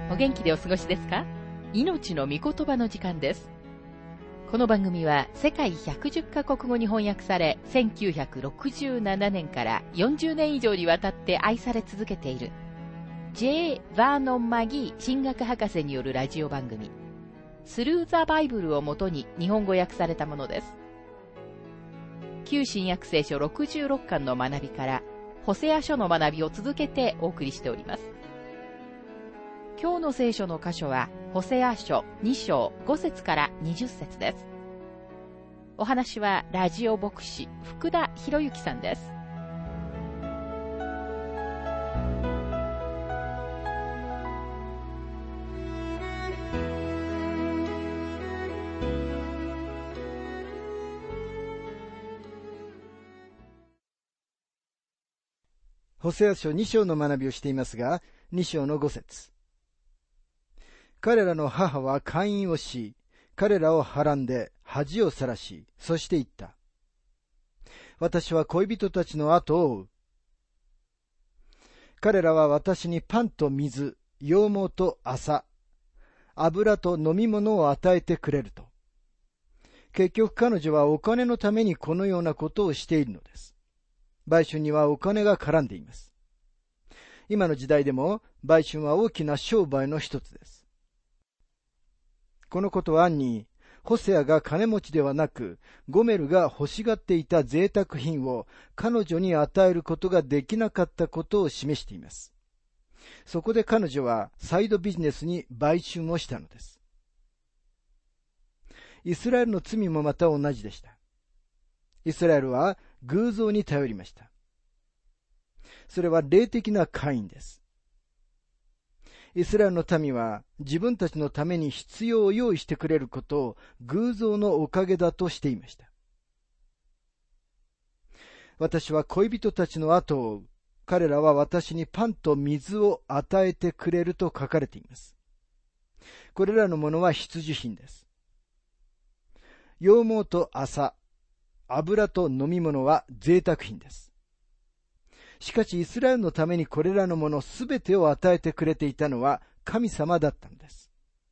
お元気でお過ごしですか？命の御言葉の時間です。この番組は世界110カ国語に翻訳され、1967年から40年以上にわたって愛され続けている J. バーノン・マギー神学博士によるラジオ番組スルー・ザ・バイブルをもとに日本語訳されたものです。旧新約聖書66巻の学びからホセア書の学びを続けてお送りしております。今日の聖書の箇所はホセア書2章5節から20節です。お話はラジオ牧師福田博之さんです。 ホセア書2章の学びをしていますが、2章の5節。彼らの母は姦淫をし、彼らをはらんで恥をさらし、そして言った。私は恋人たちの後を追う。彼らは私にパンと水、羊毛と麻、油と飲み物を与えてくれると。結局彼女はお金のためにこのようなことをしているのです。売春にはお金が絡んでいます。今の時代でも売春は大きな商売の一つです。このことは暗に、ホセアが金持ちではなく、ゴメルが欲しがっていた贅沢品を彼女に与えることができなかったことを示しています。そこで彼女はサイドビジネスに売春をしたのです。イスラエルの罪もまた同じでした。イスラエルは偶像に頼りました。それは霊的な姦淫です。イスラエルの民は自分たちのために必要を用意してくれることを偶像のおかげだとしていました。私は恋人たちの後を追う。彼らは私にパンと水を与えてくれると書かれています。これらのものは必需品です。羊毛と麻、油と飲み物は贅沢品です。しかしイスラエルのためにこれらのものすべてを与えてくれていたのは神様だったのです。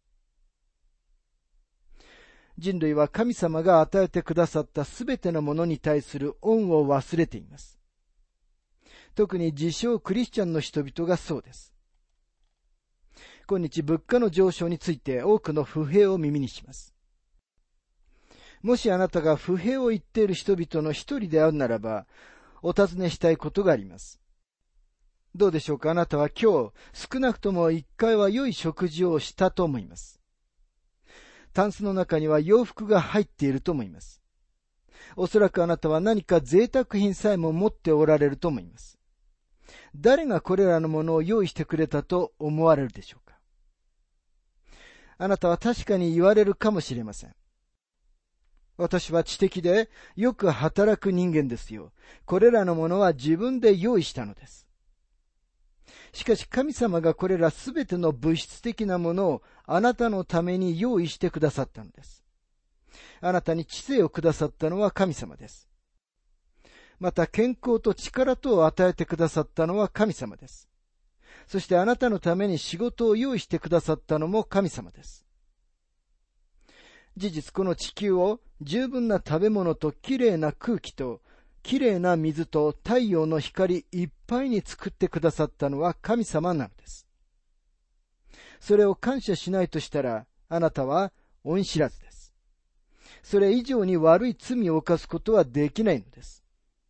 人類は神様が与えてくださったすべてのものに対する恩を忘れています。特に自称クリスチャンの人々がそうです。今日物価の上昇について多くの不平を耳にします。もしあなたが不平を言っている人々の一人であるならば、お尋ねしたいことがあります。どうでしょうか？あなたは今日、少なくとも一回は良い食事をしたと思います。タンスの中には洋服が入っていると思います。おそらくあなたは何か贅沢品さえも持っておられると思います。誰がこれらのものを用意してくれたと思われるでしょうか？あなたは確かに言われるかもしれません。私は知的でよく働く人間ですよ。これらのものは自分で用意したのです。しかし神様がこれらすべての物質的なものをあなたのために用意してくださったのです。あなたに知性をくださったのは神様です。また健康と力とを与えてくださったのは神様です。そしてあなたのために仕事を用意してくださったのも神様です。事実この地球を十分な食べ物ときれいな空気ときれいな水と太陽の光いっぱいに作ってくださったのは神様なのです。それを感謝しないとしたらあなたは恩知らずです。それ以上に悪い罪を犯すことはできないのです。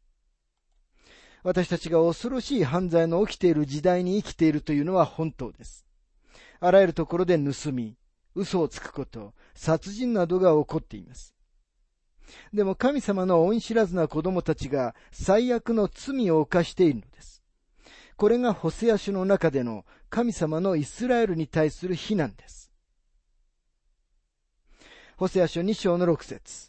私たちが恐ろしい犯罪の起きている時代に生きているというのは本当です。あらゆるところで盗み、嘘をつくこと、殺人などが起こっています。でも神様の恩知らずな子供たちが最悪の罪を犯しているのです。これがホセア書の中での神様のイスラエルに対する非難です。ホセア書2章の6節。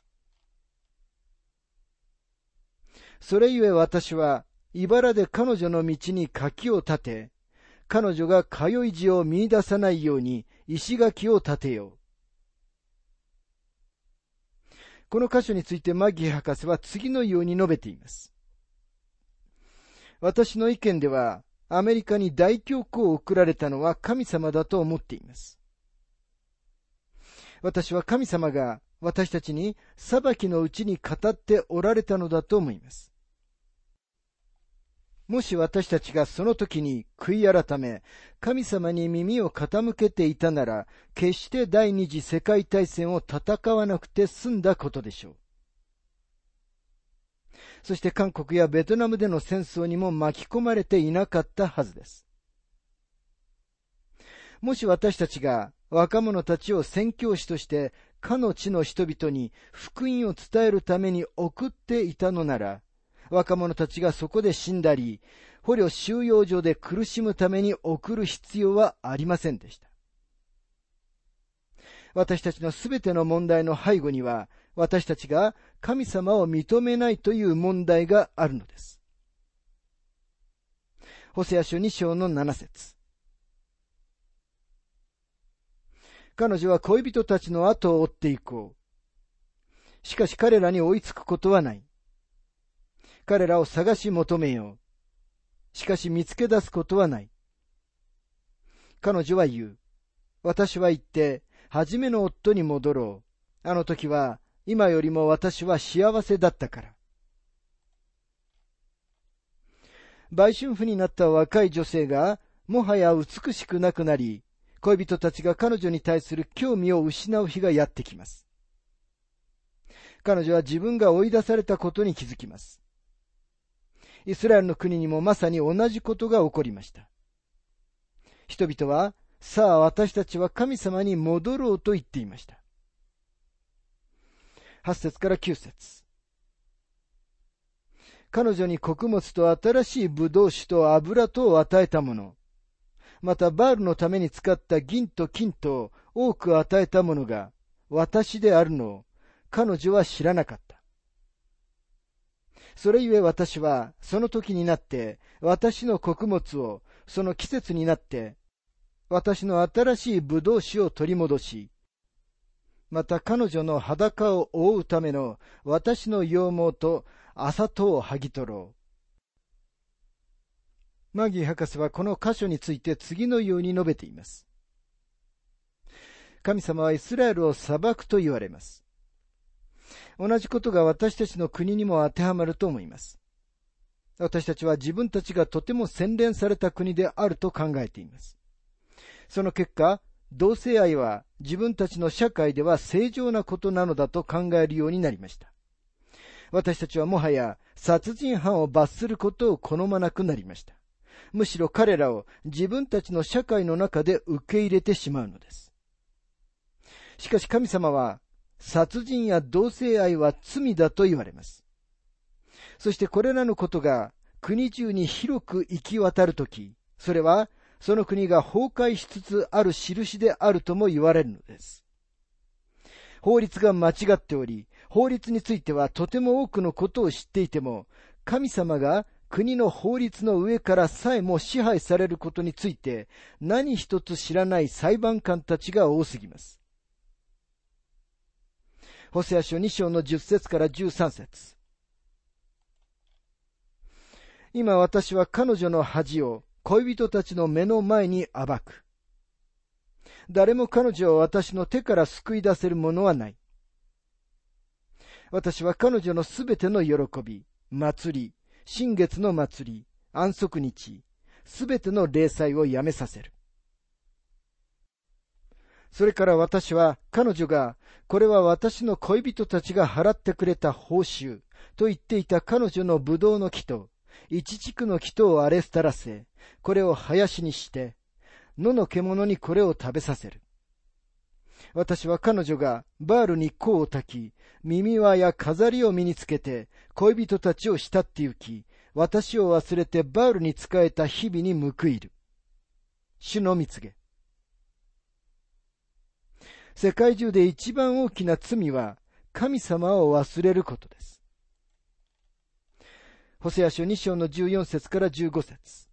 それゆえ私は茨で彼女の道に垣を立て、彼女が通い地を見出さないように石垣を立てよう。この箇所についてマギー博士は次のように述べています。私の意見では、 アメリカに大恐慌を送られたのは神様だと思っています。私は神様が私たちに裁きのうちに語っておられたのだと思います。もし私たちがその時に悔い改め、神様に耳を傾けていたなら、決して第二次世界大戦を戦わなくて済んだことでしょう。そして韓国やベトナムでの戦争にも巻き込まれていなかったはずです。もし私たちが若者たちを宣教師としてかの地の人々に福音を伝えるために送っていたのなら、若者たちがそこで死んだり、捕虜収容所で苦しむために送る必要はありませんでした。私たちのすべての問題の背後には、私たちが神様を認めないという問題があるのです。ホセア書2章の7節。彼女は恋人たちの後を追っていこう。しかし彼らに追いつくことはない。彼らを探し求めよう。しかし見つけ出すことはない。彼女は言う。私は行って、初めの夫に戻ろう。あの時は、今よりも私は幸せだったから。売春婦になった若い女性が、もはや美しくなくなり、恋人たちが彼女に対する興味を失う日がやってきます。彼女は自分が追い出されたことに気づきます。イスラエルの国にもまさに同じことが起こりました。人々は、さあ私たちは神様に戻ろうと言っていました。8節から9節。彼女に穀物と新しいブドウ酒と油とを与えたもの、またバールのために使った銀と金と多く与えたものが私であるのを彼女は知らなかった。それゆえ私はその時になって私の穀物を、その季節になって私の新しいブドウ酒を取り戻し、また彼女の裸を覆うための私の羊毛と麻とを剥ぎ取ろう。マギー博士はこの箇所について次のように述べています。神様はイスラエルを裁くと言われます。同じことが私たちの国にも当てはまると思います。私たちは自分たちがとても洗練された国であると考えています。その結果、同性愛は自分たちの社会では正常なことなのだと考えるようになりました。私たちはもはや殺人犯を罰することを好まなくなりました。むしろ彼らを自分たちの社会の中で受け入れてしまうのです。しかし神様は、殺人や同性愛は罪だと言われます。そしてこれらのことが国中に広く行き渡るとき、それはその国が崩壊しつつある印であるとも言われるのです。法律が間違っており、法律についてはとても多くのことを知っていても、神様が国の法律の上からさえも支配されることについて何一つ知らない裁判官たちが多すぎます。ホセア書2章の10節から13節。今私は彼女の恥を恋人たちの目の前に暴く。誰も彼女を私の手から救い出せるものはない。私は彼女のすべての喜び、祭り、新月の祭り、安息日、すべての礼祭をやめさせる。それから私は彼女が、これは私の恋人たちが払ってくれた報酬と言っていた彼女のブドウの木と、イチジクの木とを荒れ廃らせ、これを林にして、野の獣にこれを食べさせる。私は彼女がバールに香を焚き、耳輪や飾りを身につけて、恋人たちを慕って行き、私を忘れてバールに仕えた日々に報いる。主の蜜げ。世界中で一番大きな罪は、神様を忘れることです。ホセア書2章の14節から15節。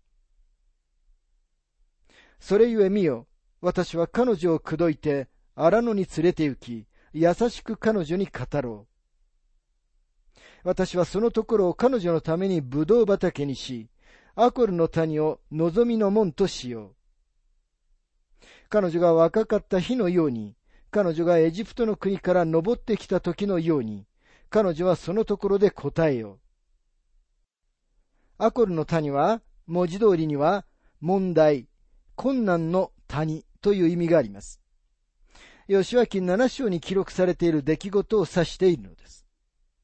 それゆえ見よ、私は彼女を口説いて、荒野に連れて行き、優しく彼女に語ろう。私はそのところを彼女のためにブドウ畑にし、 アコルの谷を望みの門としよう。彼女が若かった日のように、彼女がエジプトの国から登ってきた時のように、彼女はそのところで答えよう。アコルの谷は、文字通りには、問題、困難の谷という意味があります。ヨシュア記7章に記録されている出来事を指しているのです。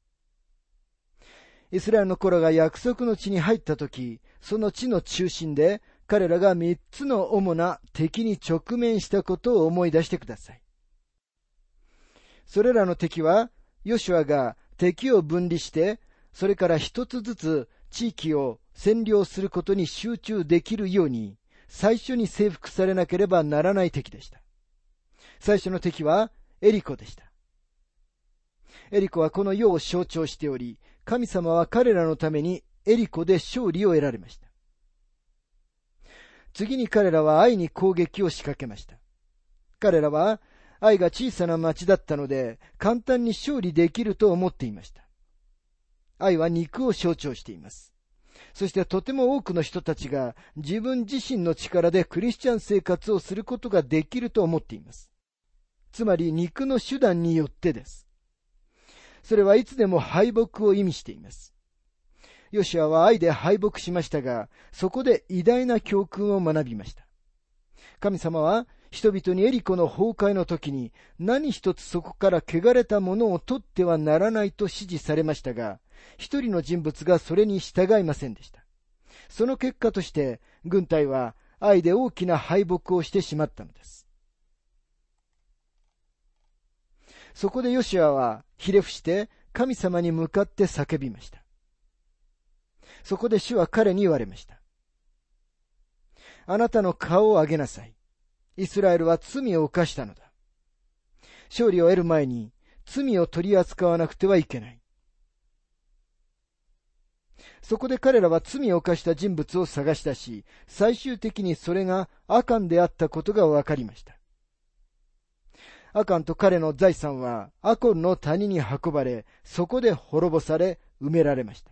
イスラエルの子らが約束の地に入ったとき、その地の中心で彼らが3つの主な敵に直面したことを思い出してください。それらの敵は、ヨシュアが敵を分離して、それから一つずつ地域を占領することに集中できるように、最初に征服されなければならない敵でした。最初の敵はエリコでした。エリコはこの世を象徴しており、神様は彼らのためにエリコで勝利を得られました。次に彼らはアイに攻撃を仕掛けました。彼らはアイが小さな町だったので簡単に勝利できると思っていました。アイは肉を象徴しています。そしてとても多くの人たちが自分自身の力でクリスチャン生活をすることができると思っています。つまり肉の手段によってです。それはいつでも敗北を意味しています。ヨシュアは愛で敗北しましたが、そこで偉大な教訓を学びました。神様は人々にエリコの崩壊の時に何一つそこから汚れたものを取ってはならないと指示されましたが、一人の人物がそれに従いませんでした。その結果として軍隊は愛で大きな敗北をしてしまったのです。そこでヨシュアはひれ伏して神様に向かって叫びました。そこで主は彼に言われました。あなたの顔を上げなさい。イスラエルは罪を犯したのだ。勝利を得る前に罪を取り扱わなくてはいけない。そこで彼らは罪を犯した人物を探し出し、最終的にそれがアカンであったことが分かりました。アカンと彼の財産はアコルの谷に運ばれ、そこで滅ぼされ埋められました。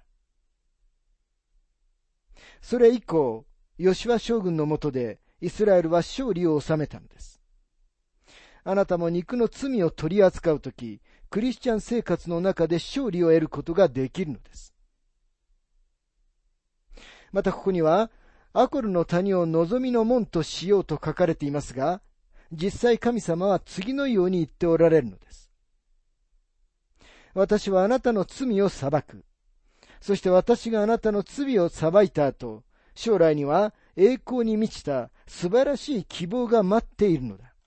それ以降、ヨシュア将軍の下でイスラエルは勝利を収めたのです。あなたも肉の罪を取り扱うとき、クリスチャン生活の中で勝利を得ることができるのです。またここには、アコルの谷を望みの門としようと書かれていますが、実際神様は次のように言っておられるのです。私はあなたの罪を裁く。そして私があなたの罪を裁いた後、将来には栄光に満ちた素晴らしい希望が待っているのだ。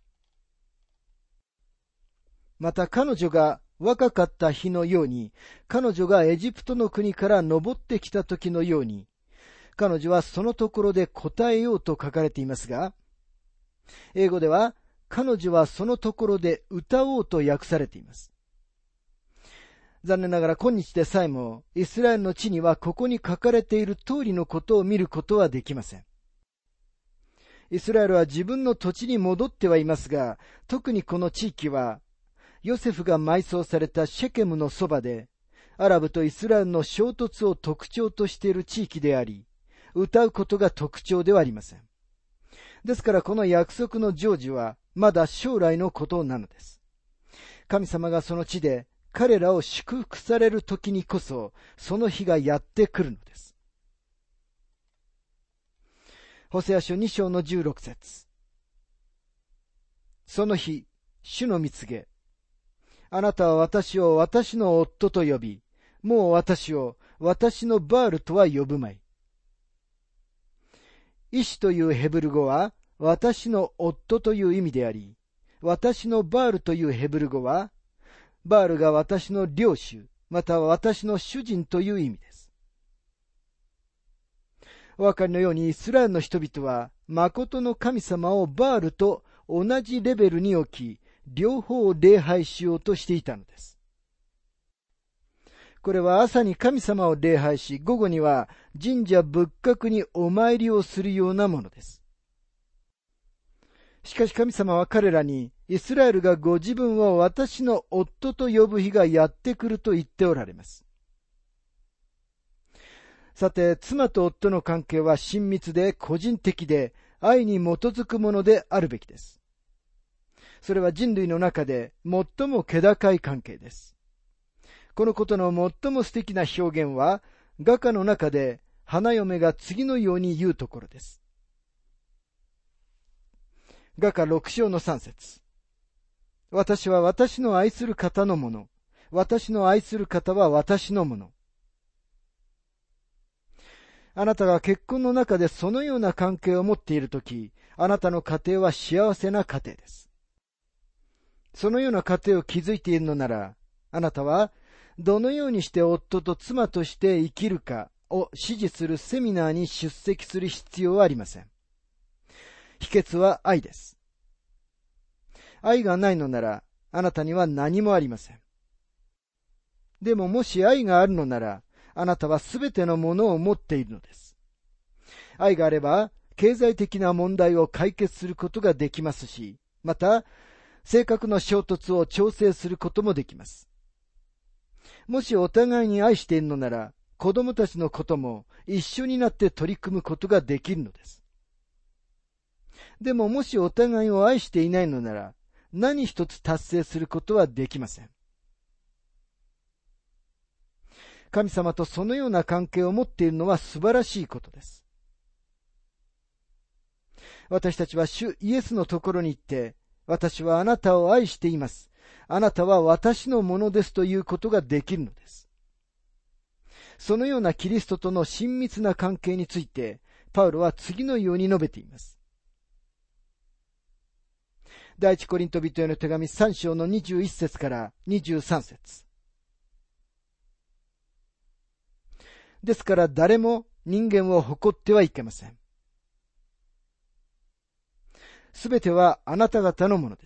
また彼女が若かった日のように、彼女がエジプトの国から登ってきた時のように、彼女はそのところで答えようと書かれていますが、英語では彼女はそのところで歌おうと訳されています。残念ながら今日でさえもイスラエルの地にはここに書かれている通りのことを見ることはできません。イスラエルは自分の土地に戻ってはいますが、特にこの地域はヨセフが埋葬されたシェケムのそばで、アラブとイスラエルの衝突を特徴としている地域であり、歌うことが特徴ではありません。ですからこの約束の成就はまだ将来のことなのです。神様がその地で彼らを祝福される時にこそその日がやってくるのです。ホセア書2章の16節。その日、主の御告げ。あなたは私を私の夫と呼び、もう私を私のバールとは呼ぶまい。イシというヘブル語は私の夫という意味であり、私のバールというヘブル語は、バールが私の領主、または私の主人という意味です。お分かりのようにイスラエルの人々は、誠の神様をバールと同じレベルに置き、両方を礼拝しようとしていたのです。これは朝に神様を礼拝し、午後には神社仏閣にお参りをするようなものです。しかし神様は彼らに、イスラエルがご自分を私の夫と呼ぶ日がやってくると言っておられます。 さて、妻と夫の関係は親密で個人的で愛に基づくものであるべきです。それは人類の中で最も気高い関係です。このことの最も素敵な表現は、画家の中で花嫁が次のように言うところです。画家6章の3節。私は私の愛する方のもの。私の愛する方は私のもの。あなたが結婚の中でそのような関係を持っているとき、あなたの家庭は幸せな家庭です。そのような家庭を築いているのなら、あなたはどのようにして夫と妻として生きるかを指示するセミナーに出席する必要はありません。秘訣は愛です。愛がないのなら、あなたには何もありません。でももし愛があるのなら、あなたはすべてのものを持っているのです。愛があれば、経済的な問題を解決することができますし、また、性格の衝突を調整することもできます。もしお互いに愛しているのなら、子供たちのことも一緒になって取り組むことができるのです。でももしお互いを愛していないのなら、何一つ達成することはできません。神様とそのような関係を持っているのは素晴らしいことです。私たちは主イエスのところに行って、私はあなたを愛しています。あなたは私のものですということができるのです。そのようなキリストとの親密な関係について、パウロは次のように述べています。第一コリント人への手紙3章の21節から23節。ですから誰も人間を誇ってはいけません。すべてはあなた方のものです。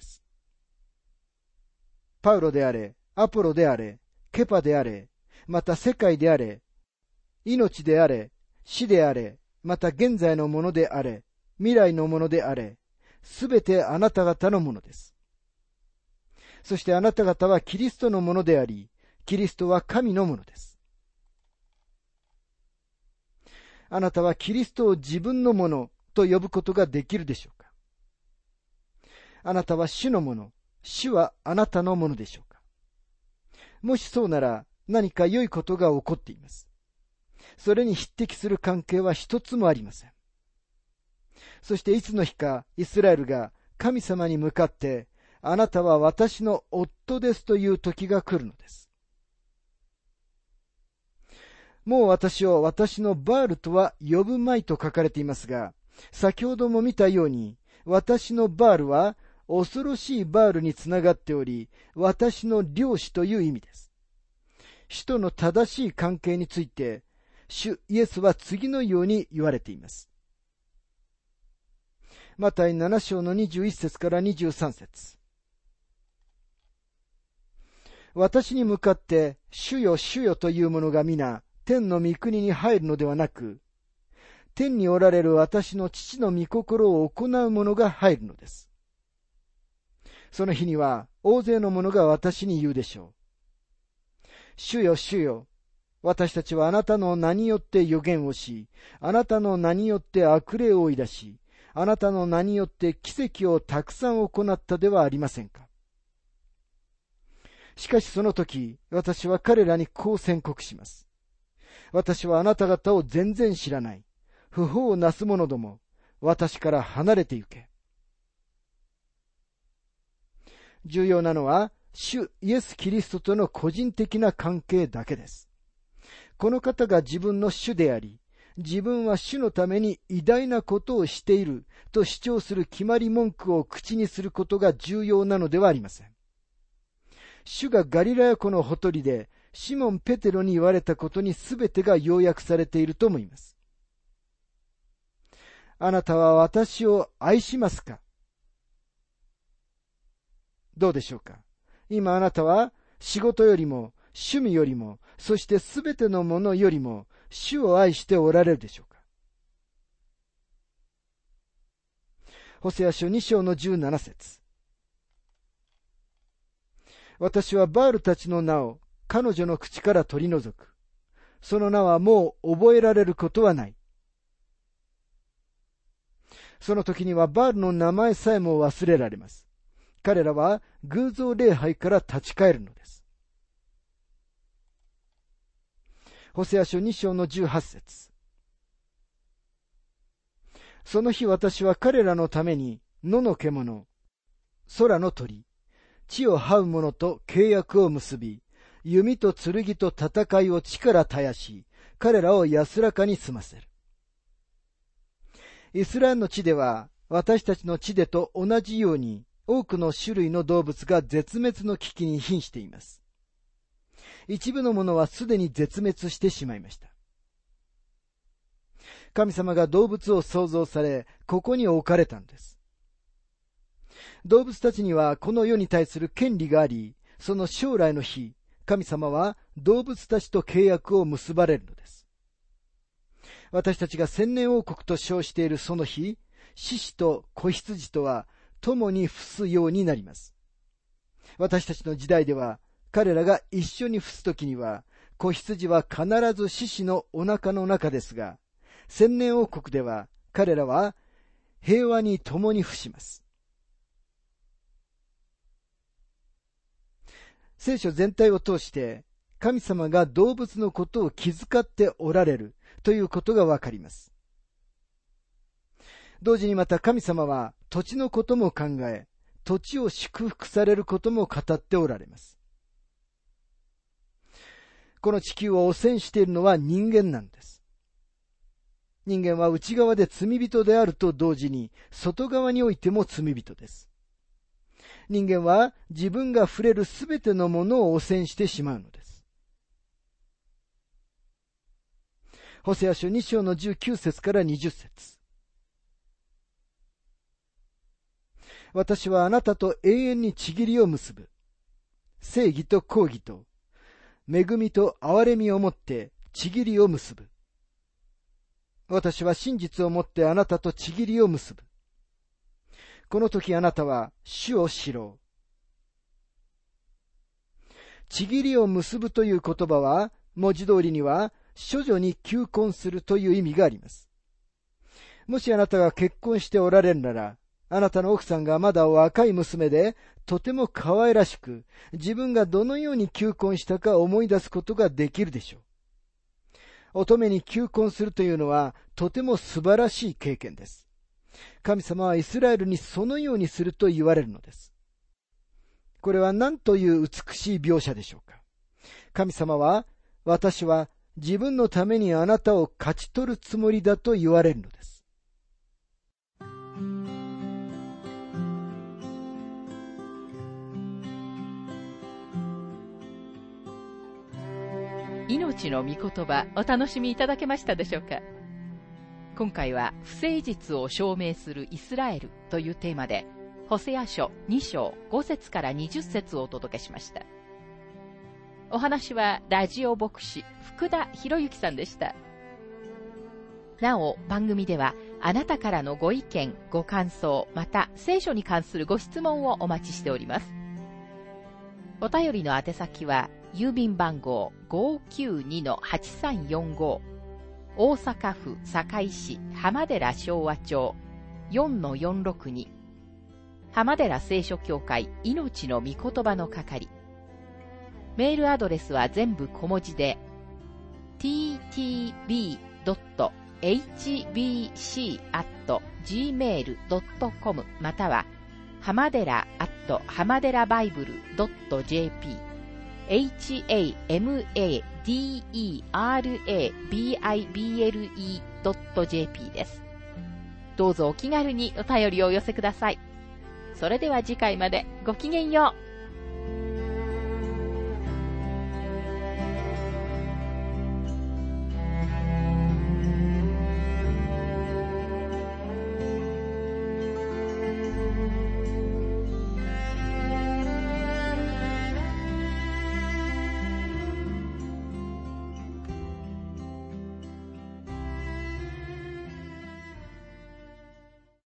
パウロであれ、アポロであれ、ケパであれ、また世界であれ、命であれ、死であれ、また現在のものであれ、未来のものであれ、すべてあなた方のものです。そしてあなた方はキリストのものであり、キリストは神のものです。あなたはキリストを自分のものと呼ぶことができるでしょうか。あなたは主のもの、主はあなたのものでしょうか。もしそうなら何か良いことが起こっています。それに匹敵する関係は一つもありません。そしていつの日かイスラエルが神様に向かって、あなたは私の夫ですという時が来るのです。もう私を私のバールとは呼ぶまいと書かれていますが、先ほども見たように、私のバールは恐ろしいバールにつながっており、私の領主という意味です。主との正しい関係について、主イエスは次のように言われています。マタイ7章の21節から23節。私に向かって、主よ主よという者が皆、天の御国に入るのではなく、天におられる私の父の御心を行う者が入るのです。その日には大勢の者が私に言うでしょう。主よ主よ、私たちはあなたの名によって預言をし、あなたの名によって悪霊を追い出し、あなたの名によって奇跡をたくさん行ったではありませんか。しかしその時、私は彼らにこう宣告します。私はあなた方を全然知らない。不法をなす者ども、私から離れて行け。重要なのは、主イエス・キリストとの個人的な関係だけです。この方が自分の主であり、自分は主のために偉大なことをしていると主張する決まり文句を口にすることが重要なのではありません。主がガリラヤ湖のほとりでシモン・ペテロに言われたことに全てが要約されていると思います。あなたは私を愛しますか？どうでしょうか？今あなたは仕事よりも趣味よりも、そして全てのものよりも主を愛しておられるでしょうか？ホセア書2章の17節。私はバールたちの名を彼女の口から取り除く。 その名はもう覚えられることはない。その時にはバールの名前さえも忘れられます。彼らは偶像礼拝から立ち返るのです。ホセア書2章の18節。その日私は彼らのために野の獣、空の鳥、地を這う者と契約を結び、弓と剣と戦いを地から絶やし、彼らを安らかに済ませる。イスラエルの地では、私たちの地でと同じように、多くの種類の動物が絶滅の危機に瀕しています。一部のものはすでに絶滅してしまいました。神様が動物を創造され、ここに置かれたんです。動物たちにはこの世に対する権利があり、その将来の日、神様は動物たちと契約を結ばれるのです。私たちが千年王国と称しているその日、獅子と子羊とは共に伏すようになります。私たちの時代では、彼らが一緒に伏すときには、子羊は必ず獅子のお腹の中ですが、千年王国では彼らは平和に共に伏します。聖書全体を通して神様が動物のことを気遣っておられるということがわかります。同時にまた神様は土地のことも考え、土地を祝福されることも語っておられます。この地球を汚染しているのは人間なんです。人間は内側で罪人であると同時に外側においても罪人です。人間は自分が触れるすべてのものを汚染してしまうのです。ホセア書2章の19節から20節。私はあなたと永遠に契りを結ぶ。正義と公義と、恵みと憐れみをもって契りを結ぶ。私は真実をもってあなたと契りを結ぶ。この時あなたは主を知ろう。契りを結ぶという言葉は、文字通りには、処女に求婚するという意味があります。もしあなたが結婚しておられるなら、あなたの奥さんがまだ若い娘で、とても可愛らしく、自分がどのように求婚したか思い出すことができるでしょう。乙女に求婚するというのは、とても素晴らしい経験です。神様はイスラエルにそのようにすると言われるのです。これは何という美しい描写でしょうか。神様は、私は自分のためにあなたを勝ち取るつもりだと言われるのです。 命の御言葉、お楽しみいただけましたでしょうか。今回は不誠実を証明するイスラエルというテーマで、ホセア書2章5節から20節をお届けしました。お話はラジオ牧師福田博之さんでした。なお、番組ではあなたからのご意見、ご感想、また聖書に関するご質問をお待ちしております。お便りの宛先は郵便番号 592-8345 大阪府堺市浜寺昭和町 4-462 浜寺聖書協会命の御言葉の係。メールアドレスは全部小文字で ttb.hbc@gmail.com または浜寺@hamaderabible.jp hamaderabible.jp です。どうぞお気軽にお便りをお寄せください。それでは次回までごきげんよう。